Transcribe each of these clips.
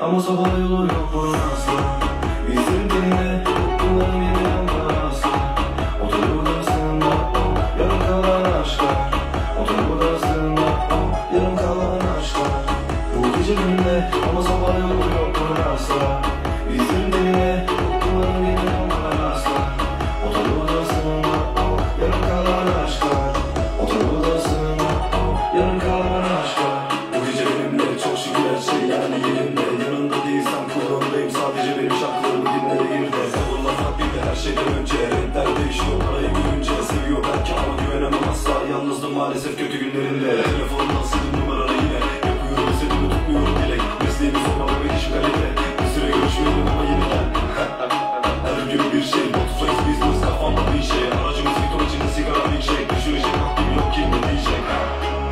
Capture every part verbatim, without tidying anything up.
ama sabah yolu yok bunun asla. Bizim diline bunların yeni yanlar asla. Otur odasında o yarım kalan aşklar. Otur odasında o yarım kalan aşklar. Bu gece benimle ama sabah yolu yok bunun asla. Bizim diline bunların yeni yanlar asla. Otur odasında o yarım kalan aşklar. Otur odasında o yarım kalan aşklar. Bu gece benimle çok şükür her şey yani yerimde. Yanında değilsem kulağındayım, sadece benim şarkılarımı dinle değil de. Savurlar takdirde her şeyden önce, renkler değişiyor parayı görünce. Seviyor belki ama güvenemem asla, yalnızdım maalesef kötü günlerinde. Telefonumdan sildim numaranı yine, yapıyorum istediğimi tutmuyorum dilek. Mesleğimi sorma bu iş kalite, bir süre görüşmeyelim ama yeniden. Her gün bir şey, motoflex business kafamda bir şey. Aracımız bir ton içinde sigara bir şey. Düşürecek hakkım yok ki ne diyecek.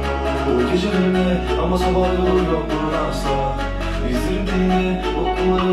Bu gece benimle ama sabah yolu yok bunun asla. Bizim diline o kulları